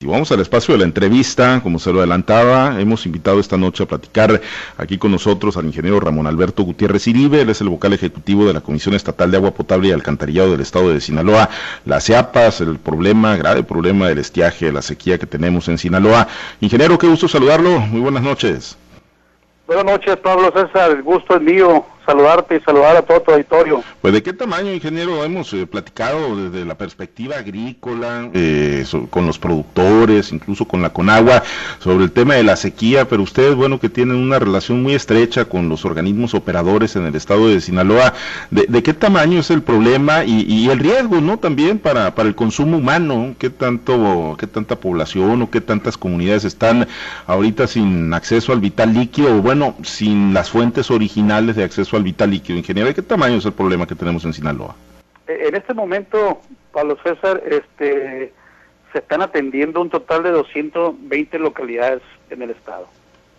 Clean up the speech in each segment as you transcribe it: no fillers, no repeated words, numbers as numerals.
Y vamos al espacio de la entrevista, como se lo adelantaba, hemos invitado esta noche a platicar aquí con nosotros al ingeniero Ramón Alberto Gutiérrez Iribe. Él es el vocal ejecutivo de la Comisión Estatal de Agua Potable y Alcantarillado del Estado de Sinaloa, la CEAPAS, el grave problema del estiaje, la sequía que tenemos en Sinaloa. Ingeniero, qué gusto saludarlo, muy buenas noches. Buenas noches, Pablo César, el gusto es mío saludarte y saludar a todo tu auditorio. Pues ¿de qué tamaño, ingeniero? Hemos platicado desde la perspectiva agrícola, con los productores, incluso con la Conagua, sobre el tema de la sequía, pero ustedes, bueno, que tienen una relación muy estrecha con los organismos operadores en el estado de Sinaloa, ¿de qué tamaño es el problema y el riesgo, ¿no? También para el consumo humano, qué tanta población o qué tantas comunidades están ahorita sin acceso al vital líquido, o bueno, sin las fuentes originales de acceso al vital líquido, ingeniero? ¿De qué tamaño es el problema que tenemos en Sinaloa? En este momento, Pablo César, se están atendiendo un total de 220 localidades en el estado.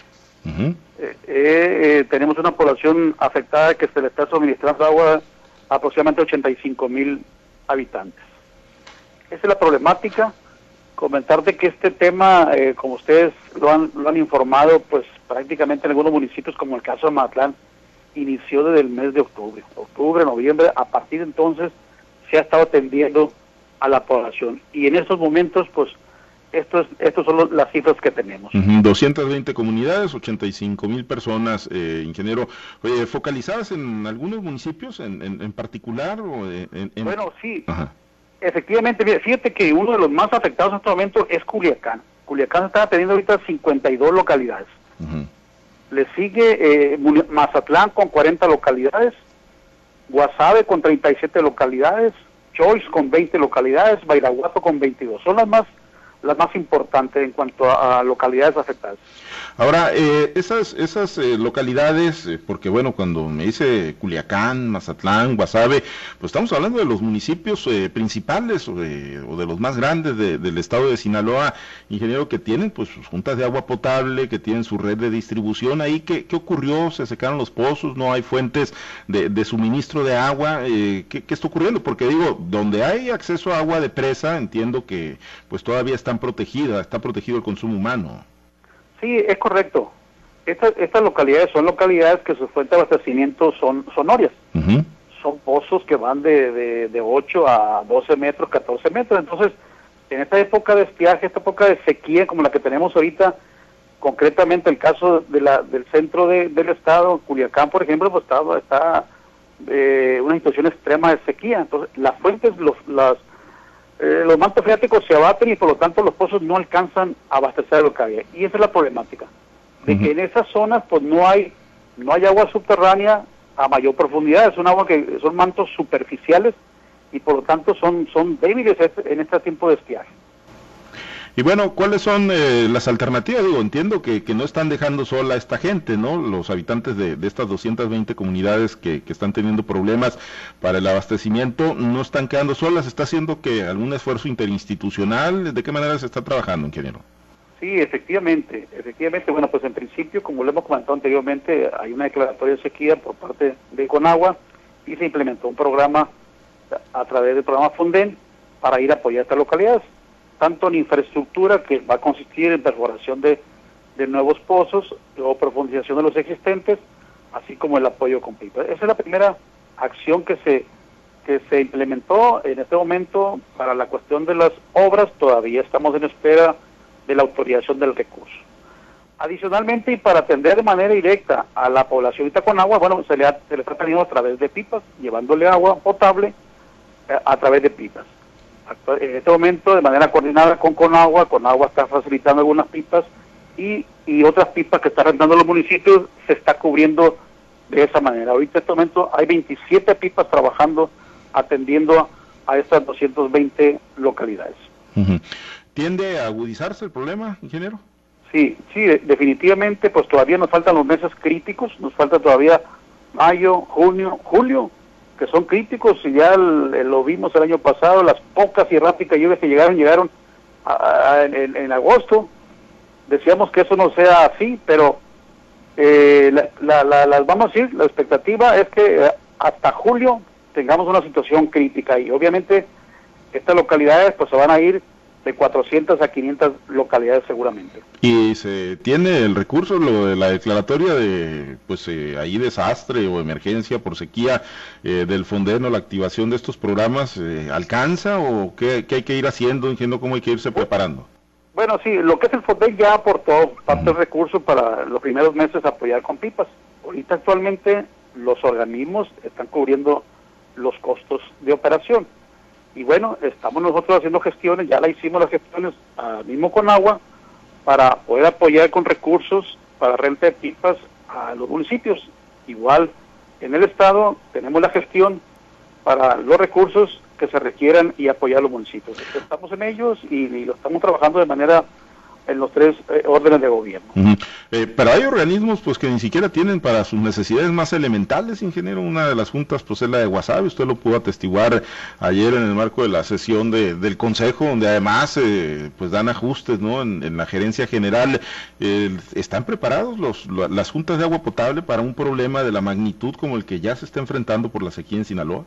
Tenemos una población afectada que se le está suministrando agua a aproximadamente 85,000 habitantes. Esa es la problemática. Comentarte que este tema, como ustedes lo han informado, pues prácticamente en algunos municipios, como el caso de Mazatlán, inició desde el mes de octubre, noviembre. A partir de entonces se ha estado atendiendo a la población, y en estos momentos pues estos son las cifras que tenemos. 220 comunidades, 85,000 personas, ingeniero, focalizadas en algunos municipios en particular, o Bueno, sí. Ajá. Efectivamente, fíjate que uno de los más afectados en este momento es Culiacán. Culiacán está atendiendo ahorita 52 localidades. Le sigue Mazatlán con 40 localidades, Guasave con 37 localidades, Choice con 20 localidades, Badiraguato con 22. Son las más importantes en cuanto a localidades afectadas. Ahora, esas localidades, porque bueno, cuando me dice Culiacán, Mazatlán, Guasave, pues estamos hablando de los municipios principales o de los más grandes del estado de Sinaloa, ingeniero, que tienen pues sus juntas de agua potable, que tienen su red de distribución ahí. ¿Qué ocurrió? ¿Se secaron los pozos? ¿No hay fuentes de suministro de agua? ¿Qué está ocurriendo? Porque digo, donde hay acceso a agua de presa, entiendo que pues todavía está protegido el consumo humano. Sí, es correcto. Estas localidades son localidades que su fuente de abastecimiento son sonorias. Son pozos que van de 8 a 12 metros, 14 metros. Entonces, en esta época de estiaje, esta época de sequía como la que tenemos ahorita, concretamente el caso del centro del estado, Culiacán, por ejemplo, pues está una situación extrema de sequía. Entonces, las fuentes, los mantos freáticos se abaten y por lo tanto los pozos no alcanzan a abastecer lo que había. Y esa es la problemática, de que en esas zonas pues no hay agua subterránea a mayor profundidad. Es un agua que son mantos superficiales y por lo tanto son débiles en este tiempo de estiaje. Y bueno, ¿cuáles son las alternativas? Digo, entiendo que no están dejando sola a esta gente, ¿no? Los habitantes de estas 220 comunidades que están teniendo problemas para el abastecimiento no están quedando solas. ¿Está haciendo que algún esfuerzo interinstitucional? ¿De qué manera se está trabajando, ingeniero? Sí, efectivamente. Bueno, pues en principio, como lo hemos comentado anteriormente, hay una declaratoria de sequía por parte de Conagua y se implementó un programa a través del programa Funden para ir a apoyar a estas localidades, tanto en infraestructura, que va a consistir en perforación de nuevos pozos o profundización de los existentes, así como el apoyo con pipas. Esa es la primera acción que se implementó en este momento. Para la cuestión de las obras, todavía estamos en espera de la autorización del recurso. Adicionalmente, y para atender de manera directa a la población con agua, bueno, se le está atendiendo a través de pipas, llevándole agua potable a través de pipas. En este momento, de manera coordinada con Conagua está facilitando algunas pipas y otras pipas que están rentando los municipios, se está cubriendo de esa manera. Ahorita en este momento hay 27 pipas trabajando, atendiendo a estas 220 localidades. ¿Tiende a agudizarse el problema, ingeniero? Sí, definitivamente, pues todavía nos faltan los meses críticos, nos falta todavía mayo, junio, julio, que son críticos, y ya lo vimos el año pasado, las pocas y rápidas lluvias que llegaron en agosto. Decíamos que eso no sea así, pero vamos a decir, la expectativa es que hasta julio tengamos una situación crítica, y obviamente estas localidades pues se van a ir de 400 a 500 localidades seguramente. ¿Y se tiene el recurso, lo de la declaratoria de, pues ahí desastre o emergencia por sequía del Fonden o la activación de estos programas, alcanza o qué hay que ir haciendo, entiendo cómo hay que irse preparando? Bueno, sí, lo que es el Fonden ya aportó parte del recurso para los primeros meses apoyar con pipas. Ahorita actualmente los organismos están cubriendo los costos de operación. Y bueno, estamos nosotros haciendo gestiones, ya la hicimos las gestiones mismo con agua, para poder apoyar con recursos para renta de pipas a los municipios. Igual, en el estado tenemos la gestión para los recursos que se requieran y apoyar a los municipios. Estamos en ellos y lo estamos trabajando de manera en los tres órdenes de gobierno. Pero hay organismos pues que ni siquiera tienen para sus necesidades más elementales, ingeniero. Una de las juntas pues es la de Guasave, usted lo pudo atestiguar ayer en el marco de la sesión del Consejo, donde además pues dan ajustes, ¿no? En la gerencia general. ¿Están preparados las juntas de agua potable para un problema de la magnitud como el que ya se está enfrentando por la sequía en Sinaloa?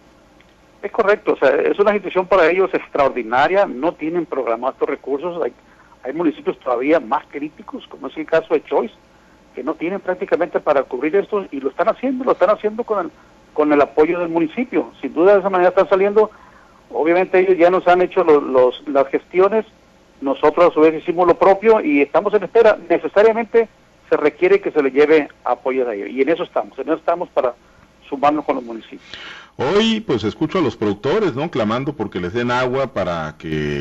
Es correcto, o sea, es una situación para ellos extraordinaria, no tienen programados estos recursos. Hay municipios todavía más críticos, como es el caso de Choice, que no tienen prácticamente para cubrir esto y lo están haciendo con el apoyo del municipio. Sin duda de esa manera están saliendo. Obviamente ellos ya nos han hecho las gestiones, nosotros a su vez hicimos lo propio y estamos en espera. Necesariamente se requiere que se le lleve apoyo a ellos y en eso estamos para sumarnos con los municipios. Hoy pues escucho a los productores, ¿no?, clamando porque les den agua para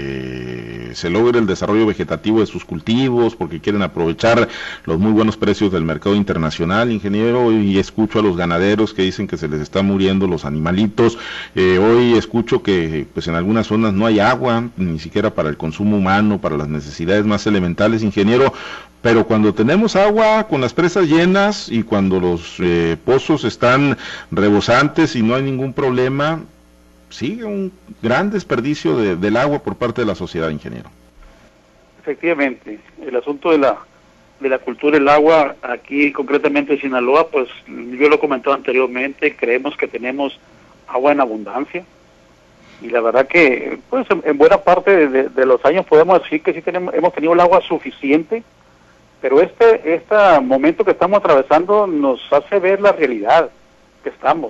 que se logre el desarrollo vegetativo de sus cultivos, porque quieren aprovechar los muy buenos precios del mercado internacional, ingeniero, y escucho a los ganaderos que dicen que se les están muriendo los animalitos. Hoy escucho que pues en algunas zonas no hay agua, ni siquiera para el consumo humano, para las necesidades más elementales, ingeniero. Pero cuando tenemos agua con las presas llenas y cuando los pozos están rebosantes y no hay ningún problema, sigue un gran desperdicio del agua por parte de la sociedad, ingeniero. Efectivamente, el asunto de la cultura del agua, aquí concretamente en Sinaloa, pues yo lo he comentado anteriormente, creemos que tenemos agua en abundancia y la verdad que pues en buena parte de los años podemos decir que sí hemos tenido el agua suficiente. Pero este momento que estamos atravesando nos hace ver la realidad que estamos,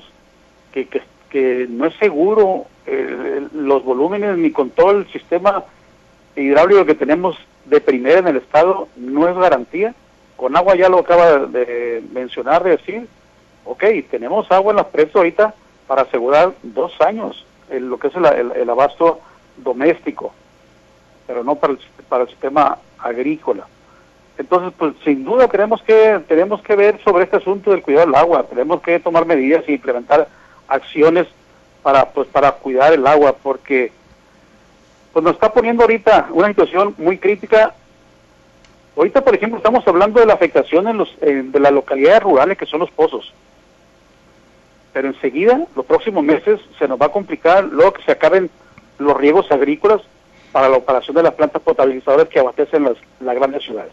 que no es seguro los volúmenes ni con todo el sistema hidráulico que tenemos de primera en el estado, no es garantía. Con agua ya lo acaba de mencionar, de decir, ok, tenemos agua en las presas ahorita para asegurar 2 años, lo que es el abasto doméstico, pero no para el sistema agrícola. Entonces, pues sin duda tenemos que ver sobre este asunto del cuidado del agua, tenemos que tomar medidas y implementar acciones para cuidar el agua, porque pues nos está poniendo ahorita una situación muy crítica. Ahorita, por ejemplo, estamos hablando de la afectación de las localidades rurales que son los pozos, pero enseguida, los próximos meses, se nos va a complicar luego que se acaben los riegos agrícolas para la operación de las plantas potabilizadoras que abastecen las grandes ciudades.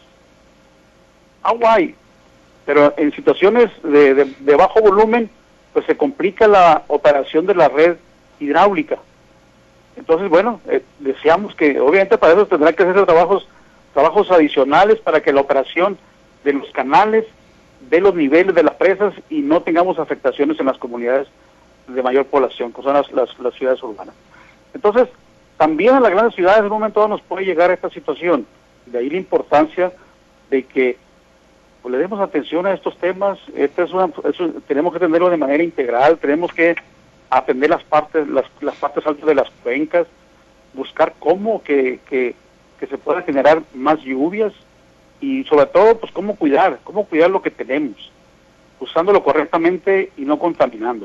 Agua hay, pero en situaciones de bajo volumen, pues se complica la operación de la red hidráulica. Entonces, bueno, deseamos que, obviamente para eso tendrán que hacerse trabajos adicionales para que la operación de los canales, de los niveles de las presas y no tengamos afectaciones en las comunidades de mayor población, que son las ciudades urbanas. Entonces, también en las grandes ciudades en un momento dado nos puede llegar a esta situación. De ahí la importancia de que pues le demos atención a estos temas. Tenemos que atenderlo de manera integral, tenemos que atender las partes altas de las cuencas, buscar cómo que se pueda generar más lluvias y sobre todo pues cómo cuidar lo que tenemos, usándolo correctamente y no contaminándolo.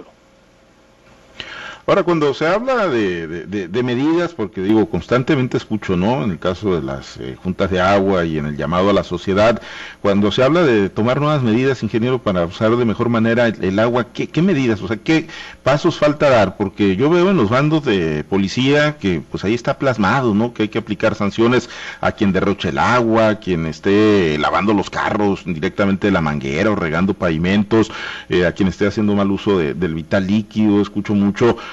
Ahora, cuando se habla de medidas, porque digo, constantemente escucho, ¿no?, en el caso de las juntas de agua y en el llamado a la sociedad, cuando se habla de tomar nuevas medidas, ingeniero, para usar de mejor manera el agua, ¿qué medidas? O sea, ¿qué pasos falta dar? Porque yo veo en los bandos de policía que pues ahí está plasmado, ¿no?, que hay que aplicar sanciones a quien derroche el agua, a quien esté lavando los carros directamente de la manguera o regando pavimentos, a quien esté haciendo mal uso del vital líquido. Escucho mucho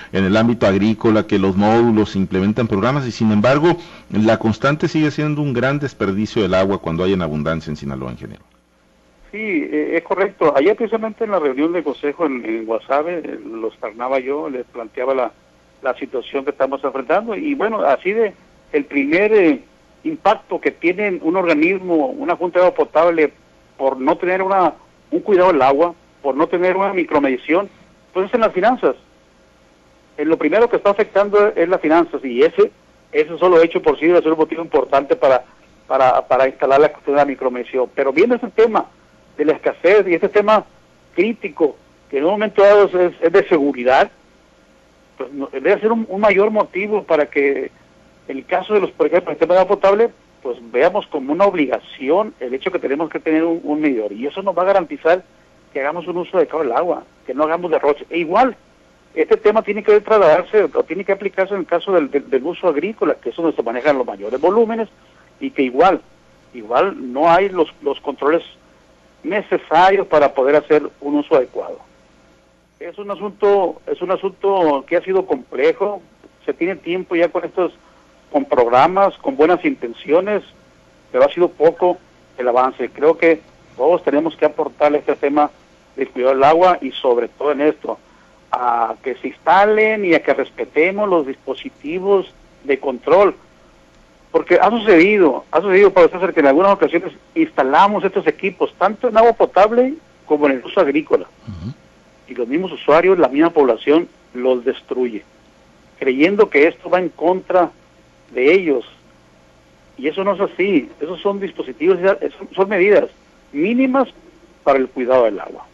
en el ámbito agrícola, que los módulos implementan programas y sin embargo la constante sigue siendo un gran desperdicio del agua cuando hay en abundancia en Sinaloa, ingeniero. Sí, es correcto. Ayer precisamente en la reunión de consejo en Guasave, lo externaba yo, les planteaba la situación que estamos enfrentando y bueno, así de el primer impacto que tiene un organismo, una junta de agua potable, por no tener un cuidado del agua, por no tener una micromedición, pues es en las finanzas. Lo primero que está afectando es las finanzas y ese solo hecho por sí debe ser un motivo importante para instalar la cuestión de la micromedición. Pero viendo ese tema de la escasez y este tema crítico, que en un momento dado es de seguridad, pues debe ser un mayor motivo para que en el caso de por ejemplo, el tema de agua potable, pues veamos como una obligación el hecho que tenemos que tener un medidor, y eso nos va a garantizar que hagamos un uso adecuado del agua, que no hagamos derroche. E igual, este tema tiene que trasladarse o tiene que aplicarse en el caso del uso agrícola, que es donde se manejan los mayores volúmenes, y que igual no hay los controles necesarios para poder hacer un uso adecuado. Es un asunto que ha sido complejo, se tiene tiempo ya con programas, con buenas intenciones, pero ha sido poco el avance. Creo que todos tenemos que aportarle este tema del cuidado del agua y sobre todo en esto, a que se instalen y a que respetemos los dispositivos de control, porque ha sucedido, para César, que en algunas ocasiones instalamos estos equipos, tanto en agua potable como en el uso agrícola, y los mismos usuarios, la misma población, los destruye, creyendo que esto va en contra de ellos, y eso no es así. Esos son dispositivos, son medidas mínimas para el cuidado del agua.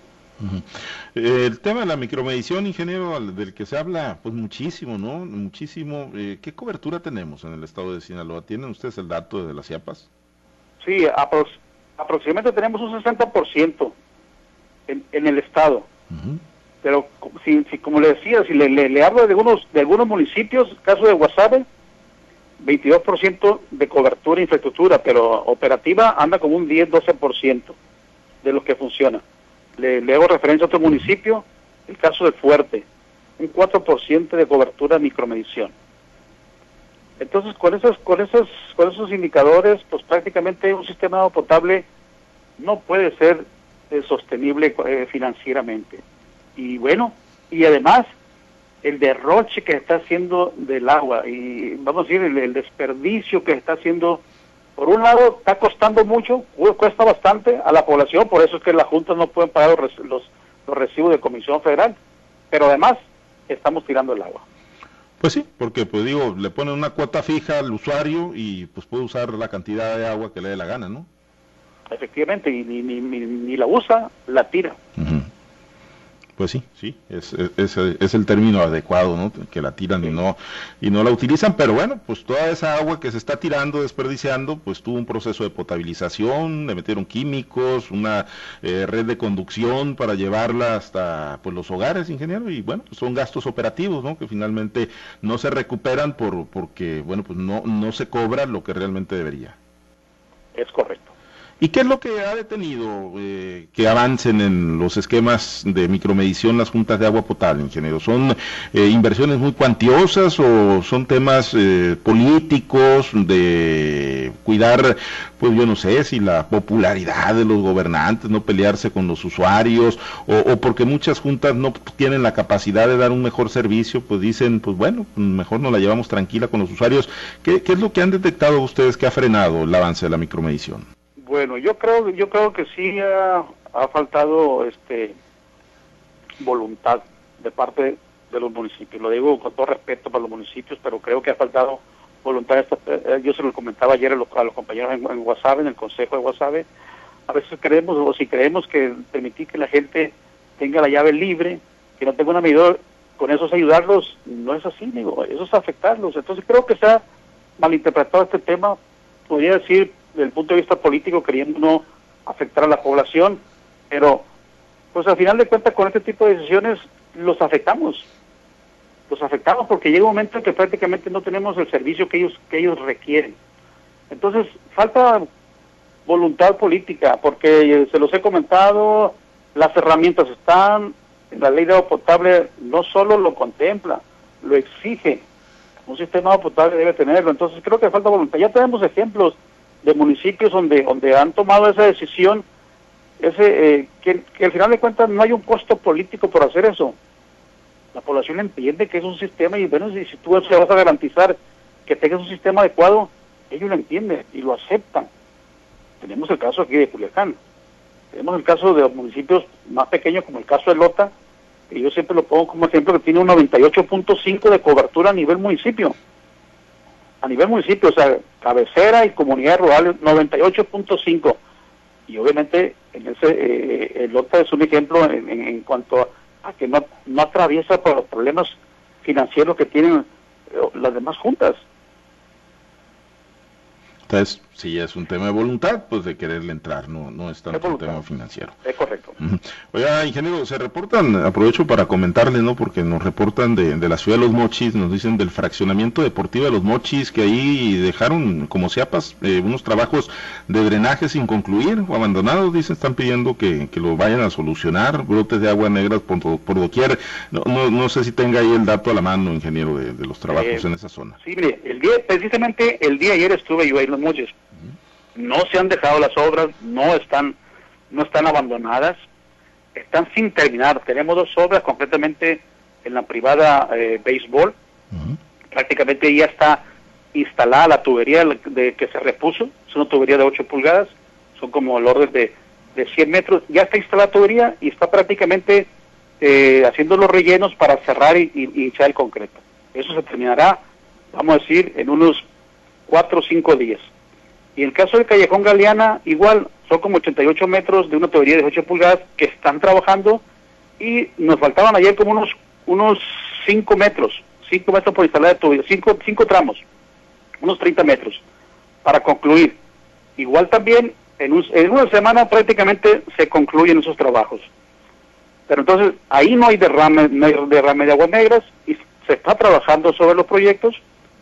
El tema de la micromedición, ingeniero, del que se habla pues muchísimo, ¿no? Muchísimo. ¿Qué cobertura tenemos en el estado de Sinaloa? ¿Tienen ustedes el dato de las CIAPAS? Sí, aproximadamente tenemos un 60% en el estado. Pero si como le decía, si le hablo de algunos municipios, caso de Guasave, 22% de cobertura e infraestructura, pero operativa anda como un 10-12% de los que funciona. Le hago referencia a otro municipio, el caso de Fuerte, un 4% de cobertura micromedición. Entonces, con esos indicadores, pues prácticamente un sistema de agua potable no puede ser sostenible financieramente. Y bueno, y además, el derroche que está haciendo del agua, y vamos a decir, el desperdicio que está haciendo, por un lado, está costando mucho, cuesta bastante a la población, por eso es que las juntas no pueden pagar los recibos de Comisión Federal, pero además, estamos tirando el agua. Pues sí, porque pues digo, le ponen una cuota fija al usuario y pues puede usar la cantidad de agua que le dé la gana, ¿no? Efectivamente, y ni la usa, la tira. Pues sí, es el término adecuado, ¿no? Que la tiran y no la utilizan, pero bueno, pues toda esa agua que se está tirando, desperdiciando, pues tuvo un proceso de potabilización, le metieron químicos, una red de conducción para llevarla hasta pues los hogares, ingeniero, y bueno, pues son gastos operativos, ¿no? Que finalmente no se recuperan porque, bueno, pues no se cobra lo que realmente debería. Es correcto. ¿Y qué es lo que ha detenido que avancen en los esquemas de micromedición las juntas de agua potable, ingeniero? ¿Son inversiones muy cuantiosas o son temas políticos de cuidar, pues yo no sé, si la popularidad de los gobernantes, no pelearse con los usuarios, o porque muchas juntas no tienen la capacidad de dar un mejor servicio, pues dicen, pues bueno, mejor nos la llevamos tranquila con los usuarios? ¿Qué es lo que han detectado ustedes que ha frenado el avance de la micromedición? Bueno, yo creo que sí ha faltado voluntad de parte de los municipios. Lo digo con todo respeto para los municipios, pero creo que ha faltado voluntad. Yo se lo comentaba ayer a los compañeros en Guasave, en el Consejo de Guasave. A veces creemos que permitir que la gente tenga la llave libre, que no tenga una medidor, con eso es ayudarlos. No es así, digo, eso es afectarlos. Entonces creo que se ha malinterpretado este tema, podría decir, desde el punto de vista político, queriendo no afectar a la población, pero pues al final de cuentas con este tipo de decisiones los afectamos porque llega un momento en que prácticamente no tenemos el servicio que ellos requieren. Entonces falta voluntad política, porque se los he comentado, las herramientas están, la ley de agua potable no solo lo contempla, lo exige. Un sistema de agua potable debe tenerlo. Entonces creo que falta voluntad. Ya tenemos ejemplos de municipios donde han tomado esa decisión, que al final de cuentas no hay un costo político por hacer eso. La población entiende que es un sistema y bueno, si tú le vas a garantizar que tengas un sistema adecuado, ellos lo entienden y lo aceptan. Tenemos el caso aquí de Culiacán, tenemos el caso de los municipios más pequeños como el caso de Lota, que yo siempre lo pongo como ejemplo, que tiene un 98.5 de cobertura a nivel municipio. A nivel municipio, o sea, cabecera y comunidades rurales, 98.5. Y obviamente en el Lota es un ejemplo en cuanto a que no atraviesa por los problemas financieros que tienen las demás juntas. Entonces, si es un tema de voluntad, pues de quererle entrar, no es tanto un tema financiero. Es correcto. Oiga, ingeniero, se reportan, aprovecho para comentarle, ¿no? Porque nos reportan de la ciudad de Los Mochis, nos dicen del fraccionamiento deportivo de Los Mochis, que ahí dejaron como Chiapas unos trabajos de drenaje sin concluir o abandonados, dicen, están pidiendo que lo vayan a solucionar, brotes de agua negras por doquier. No sé si tenga ahí el dato a la mano, ingeniero, de los trabajos en esa zona. Sí, mire, precisamente el día de ayer estuve yo ahí en Los Mochis. No se han dejado las obras, no están abandonadas, están sin terminar. Tenemos dos obras, concretamente en la privada béisbol. Prácticamente ya está instalada la tubería que se repuso, es una tubería de 8 pulgadas, son como el orden de 100 metros. Ya está instalada la tubería y está prácticamente haciendo los rellenos para cerrar y echar el concreto. Eso se terminará, vamos a decir, en unos 4 o 5 días. Y en el caso del Callejón Galeana, igual, son como 88 metros de una tubería de 8 pulgadas que están trabajando y nos faltaban ayer como unos 5 metros por instalar de tubería, 5 tramos, unos 30 metros, para concluir. Igual también, en una semana prácticamente se concluyen esos trabajos. Pero entonces, ahí no hay derrame de aguas negras y se está trabajando sobre los proyectos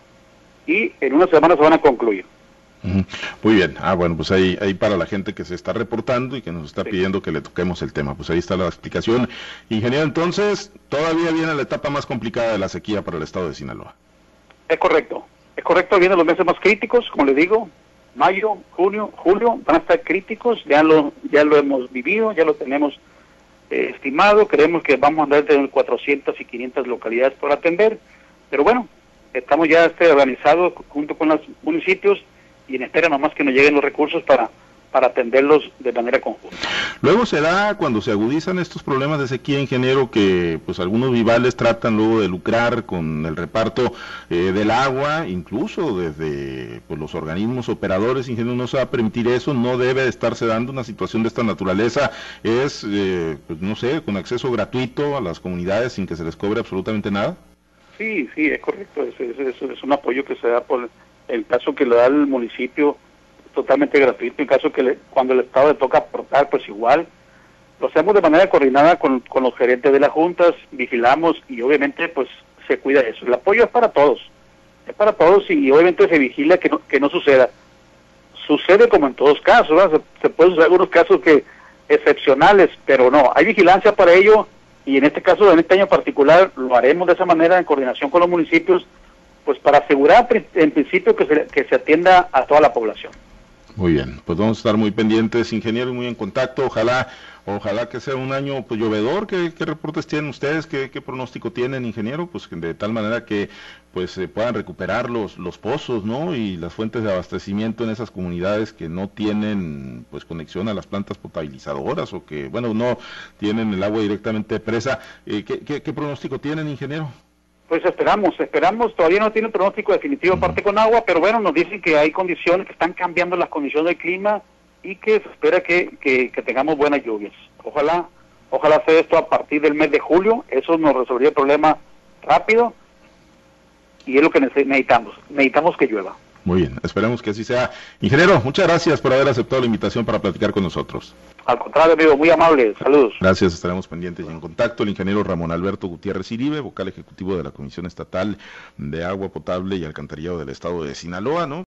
y en una semana se van a concluir. Muy bien, bueno, pues ahí para la gente que se está reportando y que nos está pidiendo que le toquemos el tema, pues ahí está la explicación. Ingeniero, entonces, todavía viene la etapa más complicada de la sequía para el estado de Sinaloa. Es correcto, vienen los meses más críticos, como le digo, mayo, junio, julio, van a estar críticos, ya lo hemos vivido, ya lo tenemos estimado, creemos que vamos a andar entre 400 y 500 localidades por atender, pero bueno, estamos ya organizados junto con los municipios y en espera nomás que nos lleguen los recursos para atenderlos de manera conjunta. Luego se da, cuando se agudizan estos problemas de sequía, ingeniero, que pues algunos vivales tratan luego de lucrar con el reparto del agua, incluso desde pues los organismos operadores, ingeniero, no se va a permitir eso, no debe de estarse dando una situación de esta naturaleza, es, pues no sé, con acceso gratuito a las comunidades sin que se les cobre absolutamente nada. Sí, es correcto, es un apoyo que se da por el caso que le da el municipio, totalmente gratuito, en caso que cuando el Estado le toca aportar, pues igual, lo hacemos de manera coordinada con los gerentes de las juntas, vigilamos y obviamente pues se cuida eso. El apoyo es para todos y obviamente se vigila que no suceda. Sucede como en todos casos, ¿verdad? Se pueden usar algunos casos excepcionales, pero no, hay vigilancia para ello y en este caso, en este año particular, lo haremos de esa manera en coordinación con los municipios, pues para asegurar en principio que se atienda a toda la población. Muy bien, pues vamos a estar muy pendientes, ingeniero, y muy en contacto. Ojalá que sea un año pues llovedor. ¿Qué reportes tienen ustedes? ¿Qué pronóstico tienen, ingeniero? Pues de tal manera que pues se puedan recuperar los pozos, ¿no? Y las fuentes de abastecimiento en esas comunidades que no tienen pues conexión a las plantas potabilizadoras o que, bueno, no tienen el agua directamente de presa. ¿Qué pronóstico tienen, ingeniero? Pues esperamos, todavía no tiene un pronóstico definitivo aparte con agua, pero bueno, nos dicen que hay condiciones, que están cambiando las condiciones del clima y que se espera que tengamos buenas lluvias. Ojalá sea esto a partir del mes de julio, eso nos resolvería el problema rápido y es lo que necesitamos que llueva. Muy bien, esperemos que así sea. Ingeniero, muchas gracias por haber aceptado la invitación para platicar con nosotros. Al contrario, amigo, muy amable, saludos. Gracias, estaremos pendientes y en contacto. El ingeniero Ramón Alberto Gutiérrez Iribe, vocal ejecutivo de la Comisión Estatal de Agua Potable y Alcantarillado del Estado de Sinaloa, ¿no?